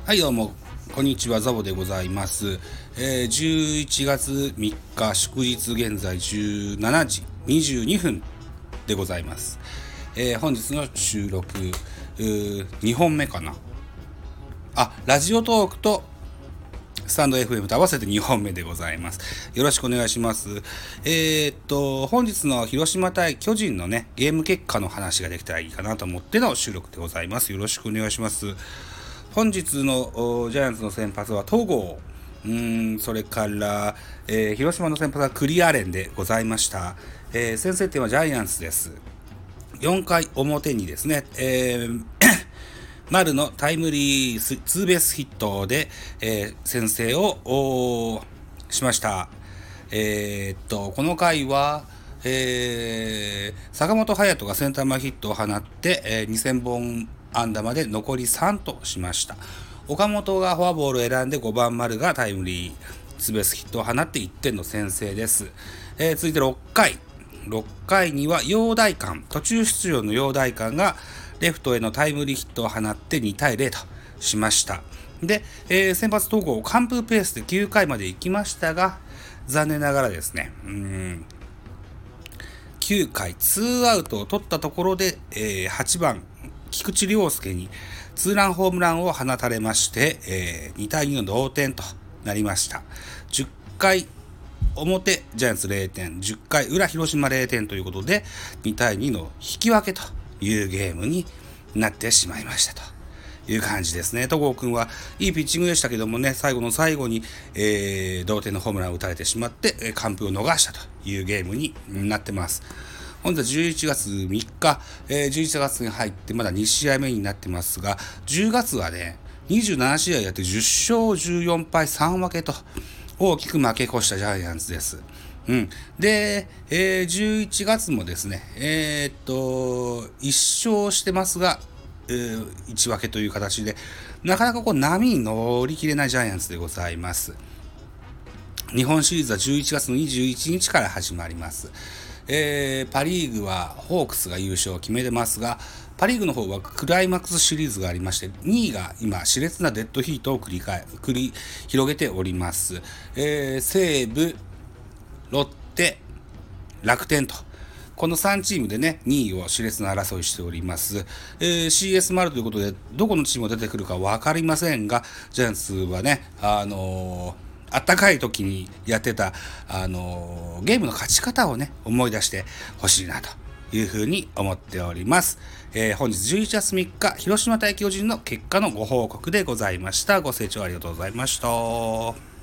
はいどうもこんにちは、ザボでございます。11月3日祝日、現在17時22分でございます。本日の収録2本目かな。ラジオトークとスタンド FM と合わせて2本目でございます。よろしくお願いします。本日の広島対巨人のね、ゲーム結果の話ができたらいいかなと思っての収録でございます。よろしくお願いします。本日のジャイアンツの先発は戸郷、それから、広島の先発はクリアレンでございました。先制点はジャイアンツです。4回表にですね、丸のタイムリーツーベースヒットで、先制をしました。この回は、坂本勇人がセンター前ヒットを放って、2000本安打まで残り3としました。岡本がフォアボールを選んで5番丸がタイムリーツーベースヒットを放って1点の先制です。続いて6回には陽大館、途中出場の陽大館がレフトへのタイムリーヒットを放って2対0としました。で、先発戸郷完封ペースで9回まで行きましたが、残念ながらですね、9回2アウトを取ったところで、8番菊池涼介にツーランホームランを放たれまして、2対2の同点となりました。10回表ジャイアンツ0点、10回裏広島0点ということで2対2の引き分けというゲームになってしまいましたという感じですね。戸郷君はいいピッチングでしたけどもね、最後の最後に、同点のホームランを打たれてしまって完封を逃したというゲームになってます。本日は11月3日、11月に入ってまだ2試合目になってますが、10月はね27試合やって10勝14敗3分けと大きく負け越したジャイアンツです。で、11月もですね、1勝してますが、1分けという形で、なかなか波に乗り切れないジャイアンツでございます。日本シリーズは11月の21日から始まります。パリーグはホークスが優勝を決めてますが、パリーグの方はクライマックスシリーズがありまして、2位が今熾烈なデッドヒートを繰り広げております。西武、ロッテ、楽天とこの3チームでね2位を熾烈な争いしております。CS マルということでどこのチームが出てくるか分かりませんが、ジャイアンツはねあったかい時にやってた、ゲームの勝ち方をね思い出してほしいなというふうに思っております。本日11月3日広島対巨人の結果のご報告でございました。ご清聴ありがとうございました。